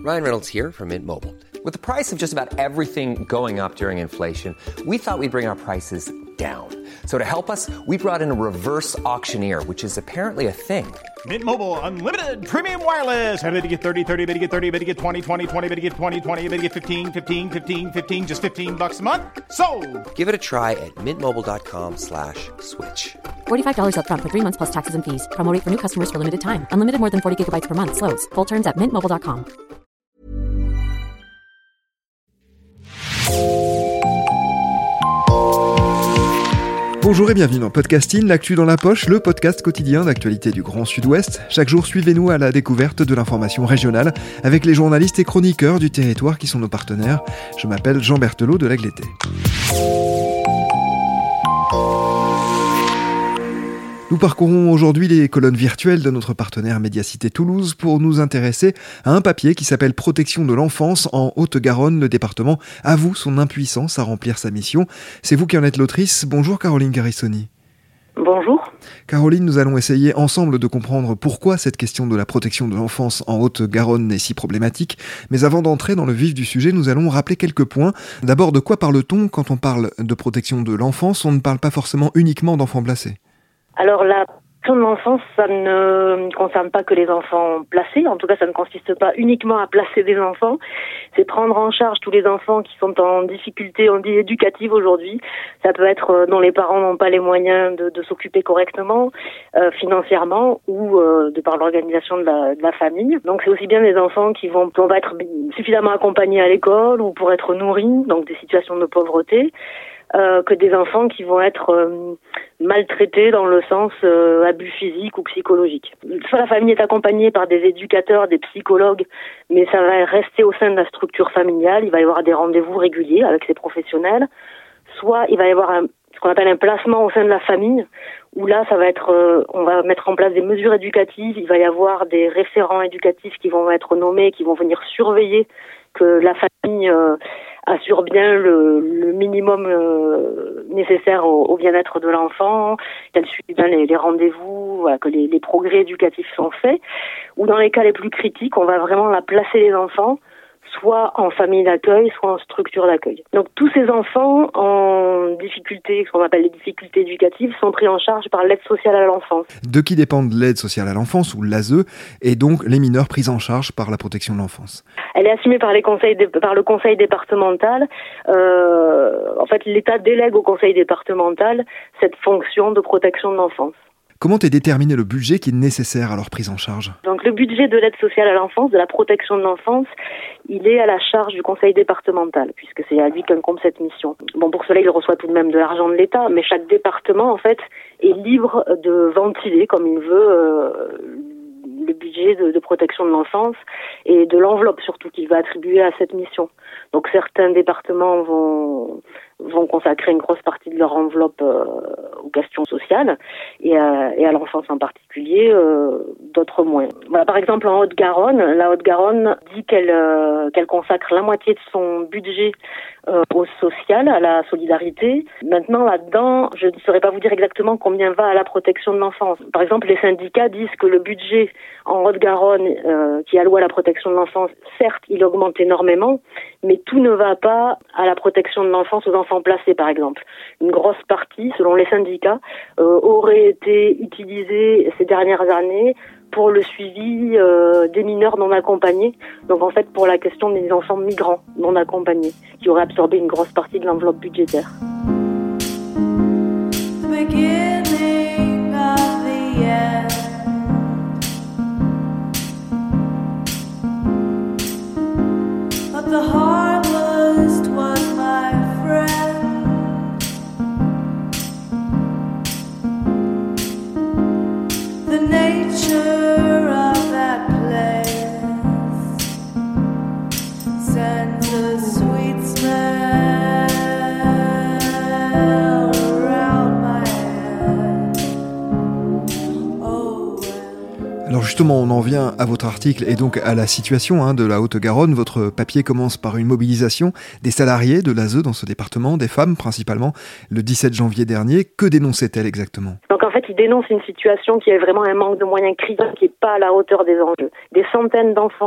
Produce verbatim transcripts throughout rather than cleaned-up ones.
Ryan Reynolds here from Mint Mobile. With the price of just about everything going up during inflation, we thought we'd bring our prices down. So to help us, we brought in a reverse auctioneer, which is apparently a thing. Mint Mobile Unlimited Premium Wireless. How to get thirty, thirty, how to get thirty, how to get twenty, twenty, twenty, how to get twenty, twenty, how to get fifteen, fifteen, fifteen, fifteen, just fifteen bucks a month? Sold! Give it a try at mintmobile.com slash switch. forty-five dollars up front for three months plus taxes and fees. Promo rate for new customers for limited time. Unlimited more than forty gigabytes per month. Slows full terms at mint mobile dot com. Bonjour et bienvenue dans Podcasting, l'actu dans la poche, le podcast quotidien d'actualité du Grand Sud-Ouest. Chaque jour, suivez-nous à la découverte de l'information régionale avec les journalistes et chroniqueurs du territoire qui sont nos partenaires. Je m'appelle Jean Berthelot de L'Agleté. Nous parcourons aujourd'hui les colonnes virtuelles de notre partenaire Médiacité Toulouse pour nous intéresser à un papier qui s'appelle Protection de l'enfance en Haute-Garonne. Le département avoue son impuissance à remplir sa mission. C'est vous qui en êtes l'autrice. Bonjour Caroline Carissoni. Bonjour. Caroline, nous allons essayer ensemble de comprendre pourquoi cette question de la protection de l'enfance en Haute-Garonne est si problématique. Mais avant d'entrer dans le vif du sujet, nous allons rappeler quelques points. D'abord, de quoi parle-t-on quand on parle de protection de l'enfance ? On ne parle pas forcément uniquement d'enfants placés. Alors la protection de l'enfance, ça ne concerne pas que les enfants placés. En tout cas, ça ne consiste pas uniquement à placer des enfants. C'est prendre en charge tous les enfants qui sont en difficulté, on dit éducative aujourd'hui. Ça peut être dont les parents n'ont pas les moyens de, de s'occuper correctement, euh, financièrement ou euh, de par l'organisation de la, de la famille. Donc c'est aussi bien des enfants qui vont, on va être suffisamment accompagnés à l'école ou pour être nourris, donc des situations de pauvreté. Euh, que des enfants qui vont être euh, maltraités dans le sens euh, abus physique ou psychologique. Soit la famille est accompagnée par des éducateurs, des psychologues, mais ça va rester au sein de la structure familiale, il va y avoir des rendez-vous réguliers avec ces professionnels, soit il va y avoir un, ce qu'on appelle un placement au sein de la famille, où là ça va être, euh, on va mettre en place des mesures éducatives, il va y avoir des référents éducatifs qui vont être nommés, qui vont venir surveiller que la famille euh, assure bien le, le minimum euh, nécessaire au, au bien-être de l'enfant, qu'elle suit bien les, les rendez-vous, voilà, que les, les progrès éducatifs sont faits. Ou dans les cas les plus critiques, on va vraiment la placer les enfants, soit en famille d'accueil, soit en structure d'accueil. Donc tous ces enfants en difficulté, ce qu'on appelle les difficultés éducatives, sont pris en charge par l'aide sociale à l'enfance. De qui dépendent l'aide sociale à l'enfance, ou l'A S E, et donc les mineurs pris en charge par la protection de l'enfance? Elle est assumée par, les conseils de, par le conseil départemental. Euh, en fait, l'État délègue au conseil départemental cette fonction de protection de l'enfance. Comment est déterminé le budget qui est nécessaire à leur prise en charge ? Donc le budget de l'aide sociale à l'enfance, de la protection de l'enfance, il est à la charge du conseil départemental, puisque c'est à lui qu'incombe cette mission. Bon, pour cela, il reçoit tout de même de l'argent de l'État, mais chaque département, en fait, est libre de ventiler comme il veut euh, le budget de, de protection de l'enfance et de l'enveloppe surtout qu'il va attribuer à cette mission. Donc certains départements vont vont consacrer une grosse partie de leur enveloppe euh, aux questions sociales et à, et à l'enfance en particulier, euh, d'autres moins. Voilà, par exemple en Haute-Garonne, la Haute-Garonne dit qu'elle euh, qu'elle consacre la moitié de son budget euh, au social, à la solidarité. Maintenant là-dedans, je ne saurais pas vous dire exactement combien va à la protection de l'enfance. Par exemple, les syndicats disent que le budget en Haute-Garonne euh, qui alloue à la protection de l'enfance, certes, il augmente énormément, mais tout ne va pas à la protection de l'enfance aux enfants placés, par exemple. Une grosse partie, selon les syndicats, euh, aurait été utilisée ces dernières années pour le suivi euh, des mineurs non accompagnés. Donc en fait, pour la question des enfants migrants non accompagnés, qui auraient absorbé une grosse partie de l'enveloppe budgétaire. Alors justement, on en vient à votre article et donc à la situation hein, de la Haute-Garonne. Votre papier commence par une mobilisation des salariés de l'A S E dans ce département, des femmes principalement, le dix-sept janvier dernier. Que dénonçait-elle exactement ? Donc en fait, il dénonce une situation qui est vraiment un manque de moyens criant, qui n'est pas à la hauteur des enjeux. Des centaines d'enfants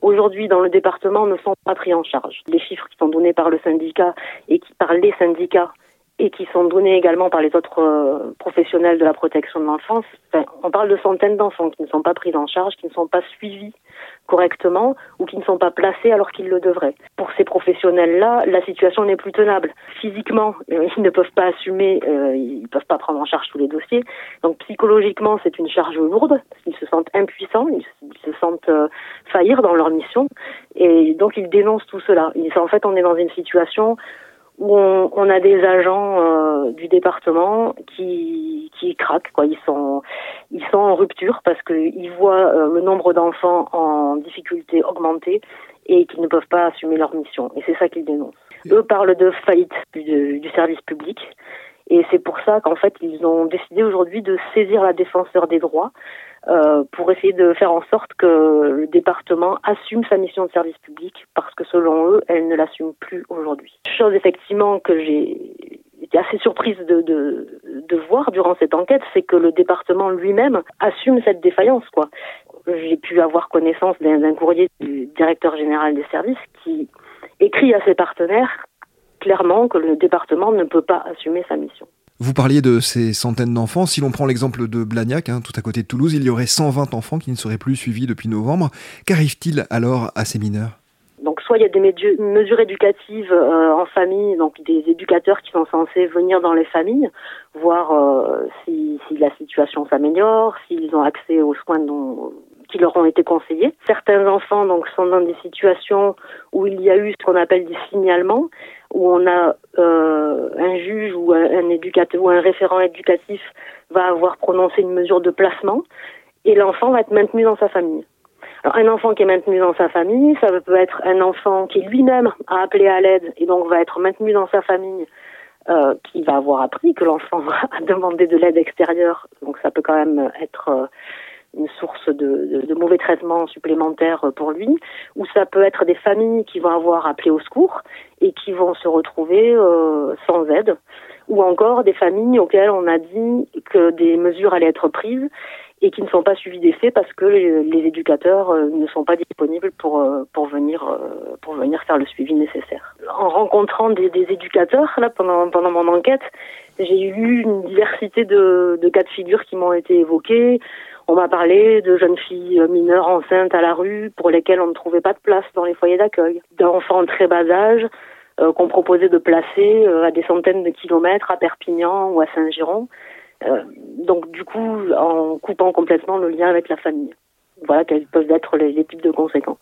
aujourd'hui dans le département ne sont pas pris en charge. Les chiffres qui sont donnés par le syndicat et qui par les syndicats et qui sont donnés également par les autres euh, professionnels de la protection de l'enfance, enfin, on parle de centaines d'enfants qui ne sont pas pris en charge, qui ne sont pas suivis correctement ou qui ne sont pas placés alors qu'ils le devraient. Pour ces professionnels-là, la situation n'est plus tenable. Physiquement, euh, ils ne peuvent pas assumer, euh, ils ne peuvent pas prendre en charge tous les dossiers. Donc psychologiquement, c'est une charge lourde. Ils se sentent impuissants, ils, ils se sentent euh, faillir dans leur mission. Et donc ils dénoncent tout cela. Ils, en fait, on est dans une situation où on, on a des agents euh, du département qui qui craquent, quoi. Ils sont ils sont en rupture parce qu'ils voient euh, le nombre d'enfants en difficulté augmenter et qu'ils ne peuvent pas assumer leur mission. Et c'est ça qu'ils dénoncent. Eux parlent de faillite du, du service public. Et c'est pour ça qu'en fait, ils ont décidé aujourd'hui de saisir la défenseur des droits euh, pour essayer de faire en sorte que le département assume sa mission de service public parce que selon eux, elle ne l'assume plus aujourd'hui. Chose effectivement que j'ai été assez surprise de, de, de voir durant cette enquête, c'est que le département lui-même assume cette défaillance, quoi. J'ai pu avoir connaissance d'un, d'un courrier du directeur général des services qui écrit à ses partenaires clairement que le département ne peut pas assumer sa mission. Vous parliez de ces centaines d'enfants. Si l'on prend l'exemple de Blagnac, hein, tout à côté de Toulouse, il y aurait cent vingt enfants qui ne seraient plus suivis depuis novembre. Qu'arrive-t-il alors à ces mineurs ? Donc soit il y a des médu- mesures éducatives euh, en famille, donc des éducateurs qui sont censés venir dans les familles, voir euh, si, si la situation s'améliore, s'ils ont accès aux soins dont, qui leur ont été conseillés. Certains enfants donc sont dans des situations où il y a eu ce qu'on appelle des signalements, où on a euh, un juge ou un, un éducateur ou un référent éducatif va avoir prononcé une mesure de placement et l'enfant va être maintenu dans sa famille. Alors, un enfant qui est maintenu dans sa famille, ça peut être un enfant qui lui-même a appelé à l'aide et donc va être maintenu dans sa famille, euh, qui va avoir appris que l'enfant a demandé de l'aide extérieure. Donc ça peut quand même être euh, une source de, de, de mauvais traitements supplémentaires pour lui. Ou ça peut être des familles qui vont avoir appelé au secours et qui vont se retrouver euh, sans aide. Ou encore des familles auxquelles on a dit que des mesures allaient être prises et qui ne sont pas suivis d'effet parce que les, les éducateurs euh, ne sont pas disponibles pour euh, pour venir euh, pour venir faire le suivi nécessaire. En rencontrant des, des éducateurs là pendant pendant mon enquête, j'ai eu une diversité de, de cas de figure qui m'ont été évoqués. On m'a parlé de jeunes filles mineures enceintes à la rue pour lesquelles on ne trouvait pas de place dans les foyers d'accueil, d'enfants de très bas âge euh, qu'on proposait de placer euh, à des centaines de kilomètres à Perpignan ou à Saint-Giron. Euh, donc du coup, en coupant complètement le lien avec la famille. Voilà quelles peuvent être les, les types de conséquences.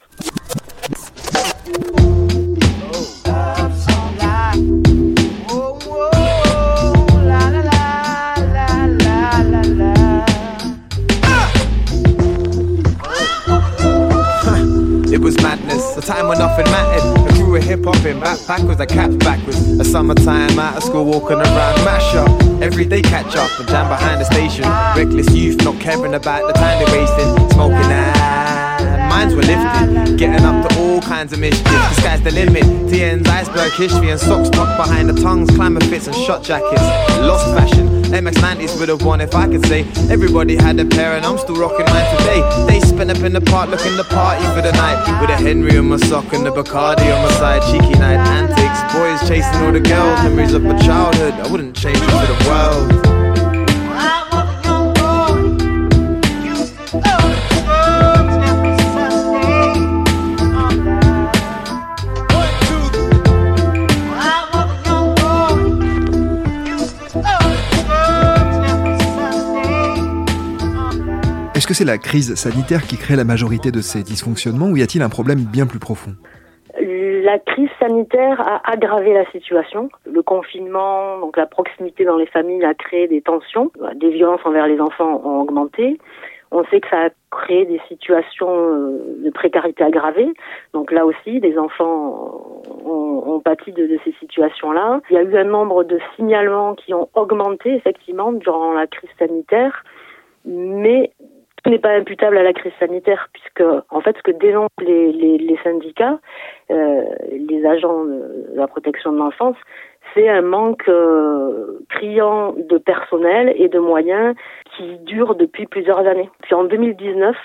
It was madness, a time when nothing mattered. A crew of hip-hopping, back backwards, I capped backwards. A summertime out of school walking around, mash up. Every day catch up and jam behind the station. Reckless youth not caring about the time they're wasting. Smoking ah, minds were lifted. Getting up to all kinds of mischief. The sky's the limit. T N's iceberg history and socks tucked behind the tongues. Climber fits and shot jackets. Lost fashion. M X nineties would have won if I could say. Everybody had a pair and I'm still rocking mine today. They spent up in the park looking the party for the night. With a Henry on my sock and the Bacardi on my side. Cheeky night antics. Boys chasing all the girls. Memories of my childhood. I wouldn't change it for the world. Est-ce que c'est la crise sanitaire qui crée la majorité de ces dysfonctionnements ou y a-t-il un problème bien plus profond ? La crise sanitaire a aggravé la situation. Le confinement, donc la proximité dans les familles a créé des tensions. Des violences envers les enfants ont augmenté. On sait que ça a créé des situations de précarité aggravée. Donc là aussi, des enfants ont, ont pâti de, de ces situations-là. Il y a eu un nombre de signalements qui ont augmenté effectivement durant la crise sanitaire, mais tout n'est pas imputable à la crise sanitaire, puisque en fait ce que dénoncent les, les, les syndicats, euh, les agents de la protection de l'enfance, c'est un manque euh, criant de personnel et de moyens qui dure depuis plusieurs années. Puis en deux mille dix-neuf,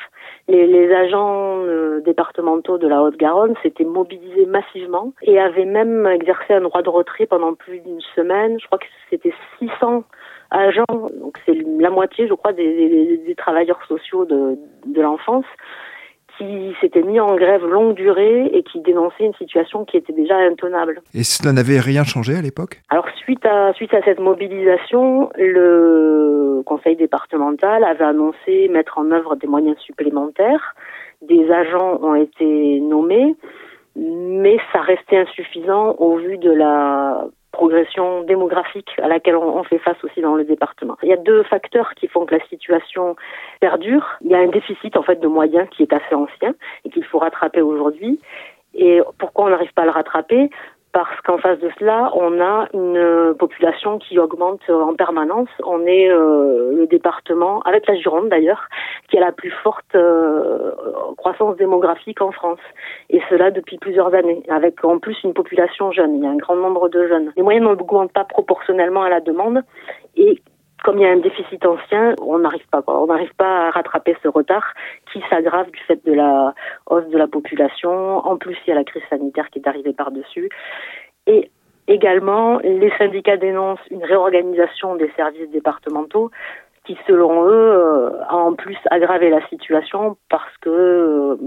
Les, les agents euh, départementaux de la Haute-Garonne s'étaient mobilisés massivement et avaient même exercé un droit de retrait pendant plus d'une semaine. Je crois que c'était six cents agents, donc c'est la moitié, je crois, des, des, des travailleurs sociaux de, de l'enfance, qui s'étaient mis en grève longue durée et qui dénonçaient une situation qui était déjà intenable. Et cela n'avait rien changé à l'époque ? Alors suite à suite à cette mobilisation, le conseil départemental avait annoncé mettre en œuvre des moyens supplémentaires. Des agents ont été nommés, mais ça restait insuffisant au vu de la progression démographique à laquelle on fait face aussi dans le département. Il y a deux facteurs qui font que la situation perdure. Il y a un déficit en fait de moyens qui est assez ancien et qu'il faut rattraper aujourd'hui. Et pourquoi on n'arrive pas à le rattraper ? Parce qu'en face de cela, on a une population qui augmente en permanence. On est euh, le département, avec la Gironde d'ailleurs, qui a la plus forte euh, croissance démographique en France. Et cela depuis plusieurs années, avec en plus une population jeune. Il y a un grand nombre de jeunes. Les moyens n'augmentent pas proportionnellement à la demande. Et comme il y a un déficit ancien, on n'arrive pas, quoi. On n'arrive pas à rattraper ce retard qui s'aggrave du fait de la hausse de la population. En plus, il y a la crise sanitaire qui est arrivée par-dessus. Et également, les syndicats dénoncent une réorganisation des services départementaux qui, selon eux, euh, a en plus aggravé la situation parce que euh,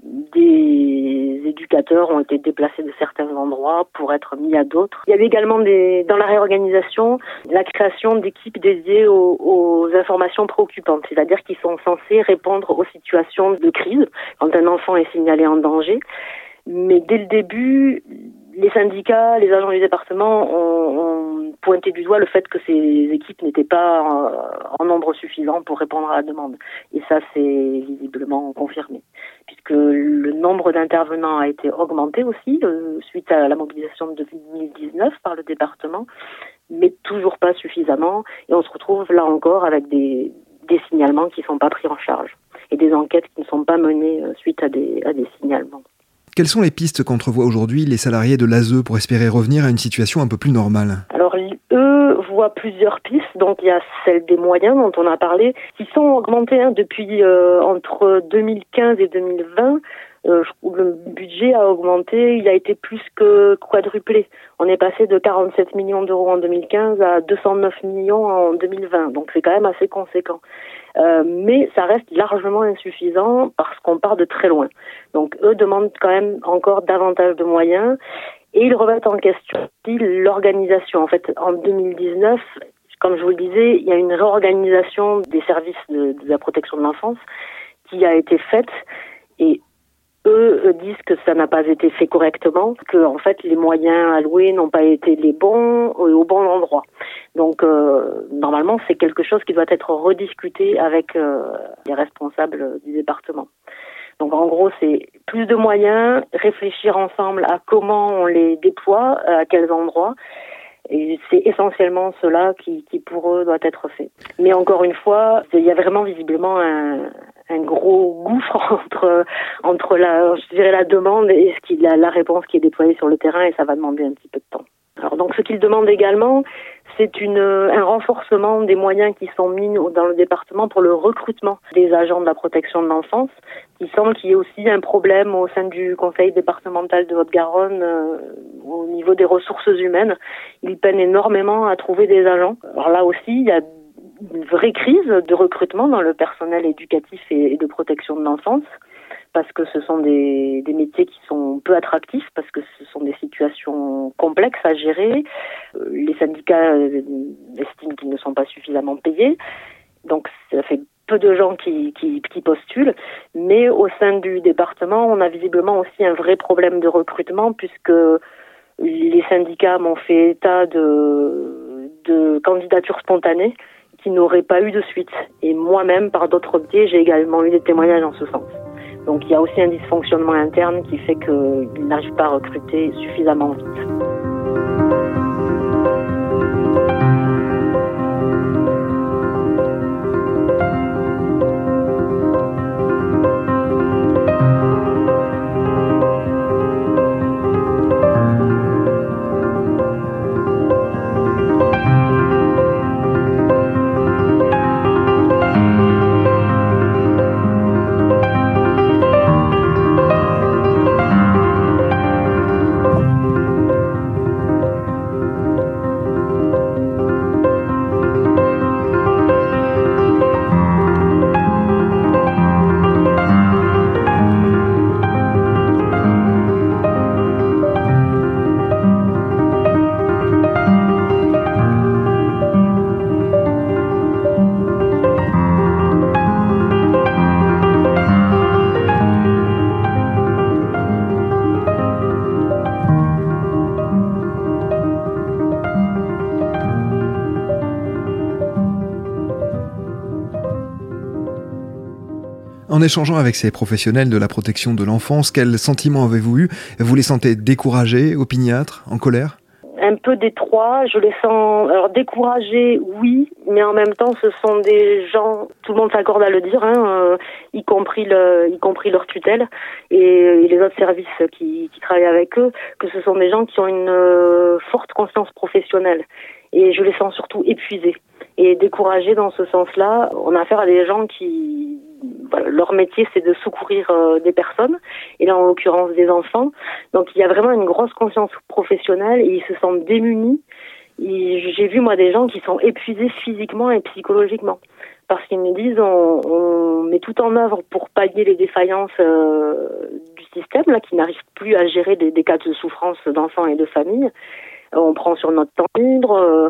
des éducateurs ont été déplacés de certains endroits pour être mis à d'autres. Il y avait également des, dans la réorganisation la création d'équipes dédiées aux, aux informations préoccupantes, c'est-à-dire qui sont censées répondre aux situations de crise quand un enfant est signalé en danger. Mais dès le début, les syndicats, les agents du département ont, ont pointé du doigt le fait que ces équipes n'étaient pas en, en nombre suffisant pour répondre à la demande. Et ça, c'est visiblement confirmé, puisque le nombre d'intervenants a été augmenté aussi euh, suite à la mobilisation de deux mille dix-neuf par le département, mais toujours pas suffisamment. Et on se retrouve là encore avec des, des signalements qui ne sont pas pris en charge et des enquêtes qui ne sont pas menées euh, suite à des, à des signalements. Quelles sont les pistes qu'entrevoient aujourd'hui les salariés de l'A S E pour espérer revenir à une situation un peu plus normale ? Alors, eux voient plusieurs pistes. Donc, il y a celle des moyens dont on a parlé, qui sont augmentés hein, depuis euh, entre deux mille quinze et deux mille vingt. Euh, le budget a augmenté, il a été plus que quadruplé. On est passé de quarante-sept millions d'euros en deux mille quinze à deux cent neuf millions en deux mille vingt. Donc, c'est quand même assez conséquent. Euh, mais ça reste largement insuffisant parce qu'on part de très loin. Donc, eux demandent quand même encore davantage de moyens et ils remettent en question aussi l'organisation. En fait, en deux mille dix-neuf, comme je vous le disais, il y a une réorganisation des services de, de la protection de l'enfance qui a été faite et eux disent que ça n'a pas été fait correctement, que en fait les moyens alloués n'ont pas été les bons au bon endroit. Donc euh, normalement c'est quelque chose qui doit être rediscuté avec euh, les responsables du département. Donc en gros c'est plus de moyens, réfléchir ensemble à comment on les déploie, à quels endroits. Et c'est essentiellement cela qui, qui pour eux doit être fait. Mais encore une fois, il y a vraiment visiblement un, un gros gouffre entre entre la, je dirais la demande et ce qui, la, la réponse qui est déployée sur le terrain, et ça va demander un petit peu de temps. Alors donc ce qu'ils demandent également, c'est une, un renforcement des moyens qui sont mis dans le département pour le recrutement des agents de la protection de l'enfance. Il semble qu'il y ait aussi un problème au sein du conseil départemental de Haute-Garonne euh, au niveau des ressources humaines. Ils peinent énormément à trouver des agents. Alors là aussi, il y a une vraie crise de recrutement dans le personnel éducatif et de protection de l'enfance, parce que ce sont des, des métiers qui sont peu attractifs, parce que ce sont des situations complexes à gérer. Les syndicats estiment qu'ils ne sont pas suffisamment payés, donc ça fait peu de gens qui, qui, qui postulent, mais au sein du département, on a visiblement aussi un vrai problème de recrutement, puisque les syndicats m'ont fait état de, de candidatures spontanées qui n'auraient pas eu de suite. Et moi-même, par d'autres biais, j'ai également eu des témoignages en ce sens. Donc il y a aussi un dysfonctionnement interne qui fait qu'ils n'arrivent pas à recruter suffisamment vite. En échangeant avec ces professionnels de la protection de l'enfance, quel sentiment avez-vous eu ? Vous les sentez découragés, opiniâtres, en colère ? Un peu des trois, je les sens alors découragés, oui, mais en même temps, ce sont des gens, tout le monde s'accorde à le dire, hein, euh, y compris le, y compris leur tutelle et, et les autres services qui, qui travaillent avec eux, que ce sont des gens qui ont une euh, forte conscience professionnelle. Et je les sens surtout épuisés et découragés dans ce sens-là. On a affaire à des gens qui, voilà, leur métier, c'est de secourir euh, des personnes, et là, en l'occurrence, des enfants. Donc, il y a vraiment une grosse conscience professionnelle et ils se sentent démunis. Et j'ai vu, moi, des gens qui sont épuisés physiquement et psychologiquement. Parce qu'ils me disent, on, on met tout en œuvre pour pallier les défaillances euh, du système, là, qui n'arrive plus à gérer des, des cas de souffrance d'enfants et de familles. On prend sur notre temps libre, euh,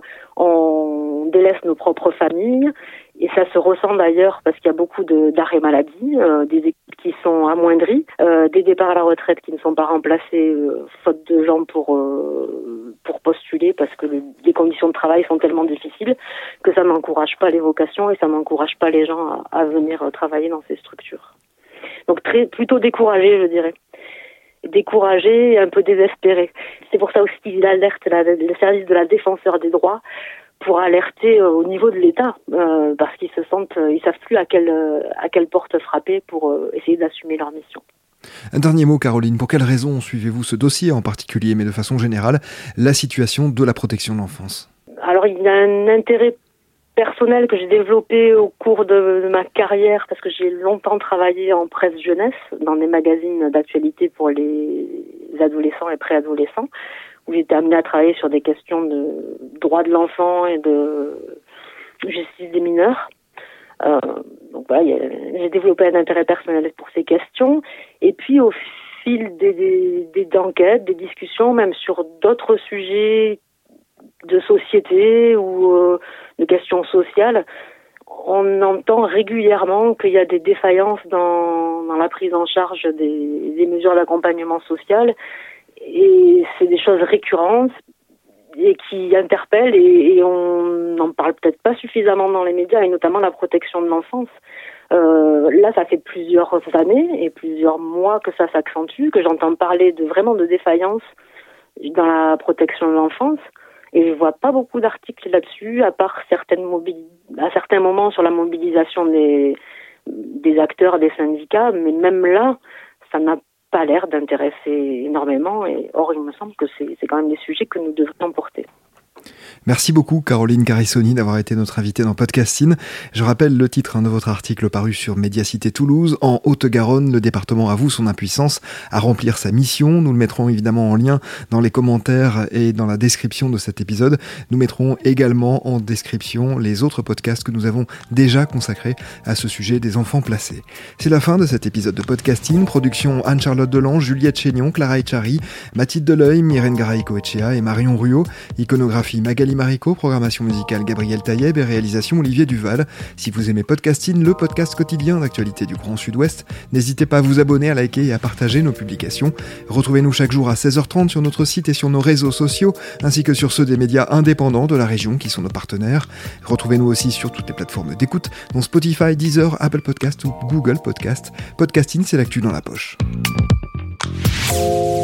on délaisse nos propres familles, et ça se ressent d'ailleurs parce qu'il y a beaucoup de, d'arrêts maladie, euh, des équipes qui sont amoindries, euh, des départs à la retraite qui ne sont pas remplacés euh, faute de gens pour euh, pour postuler parce que le, les conditions de travail sont tellement difficiles que ça n'encourage pas les vocations et ça n'encourage pas les gens à, à venir travailler dans ces structures. Donc très plutôt découragé, je dirais. Découragés et un peu désespérés. C'est pour ça aussi qu'il alerte la, le service de la défenseur des droits pour alerter euh, au niveau de l'État, euh, parce qu'ils se sentent, euh, ils savent plus à quelle euh, à quelle porte frapper pour euh, essayer d'assumer leur mission. Un dernier mot, Caroline. Pour quelles raisons suivez-vous ce dossier en particulier, mais de façon générale, la situation de la protection de l'enfance ? Alors, il y a un intérêt personnel que j'ai développé au cours de, de ma carrière, parce que j'ai longtemps travaillé en presse jeunesse, dans des magazines d'actualité pour les adolescents et préadolescents, où j'étais amenée à travailler sur des questions de droits de l'enfant et de justice des mineurs. Euh, donc voilà, y a, j'ai développé un intérêt personnel pour ces questions. Et puis au fil des, des, des enquêtes, des discussions, même sur d'autres sujets de société ou euh, de questions sociales, on entend régulièrement qu'il y a des défaillances dans, dans la prise en charge des, des mesures d'accompagnement social, et c'est des choses récurrentes et qui interpellent, et, et on n'en parle peut-être pas suffisamment dans les médias, et notamment la protection de l'enfance. Euh, là, ça fait plusieurs années et plusieurs mois que ça s'accentue, que j'entends parler de vraiment de défaillances dans la protection de l'enfance. Et je vois pas beaucoup d'articles là-dessus, à part certaines mobili- à certains moments sur la mobilisation des, des acteurs, des syndicats, mais même là, ça n'a pas l'air d'intéresser énormément, et or il me semble que c'est, c'est quand même des sujets que nous devrions porter. Merci beaucoup Caroline Carissoni d'avoir été notre invitée dans Podcasting. Je rappelle le titre hein, de votre article paru sur Médiacité Toulouse. En Haute-Garonne, le département avoue son impuissance à remplir sa mission. Nous le mettrons évidemment en lien dans les commentaires et dans la description de cet épisode. Nous mettrons également en description les autres podcasts que nous avons déjà consacrés à ce sujet des enfants placés. C'est la fin de cet épisode de Podcasting. Production Anne-Charlotte Delange, Juliette Chénion, Clara Echari, Mathilde Deleuil, Myrène Garay-Coetchea et Marion Ruot. Iconographie Magali Marico, programmation musicale Gabriel Taïeb et réalisation Olivier Duval. Si vous aimez Podcasting, le podcast quotidien d'actualité du Grand Sud-Ouest, n'hésitez pas à vous abonner, à liker et à partager nos publications. Retrouvez-nous chaque jour à seize heures trente sur notre site et sur nos réseaux sociaux, ainsi que sur ceux des médias indépendants de la région qui sont nos partenaires. Retrouvez-nous aussi sur toutes les plateformes d'écoute, dont Spotify, Deezer, Apple Podcast ou Google Podcast. Podcasting, c'est l'actu dans la poche.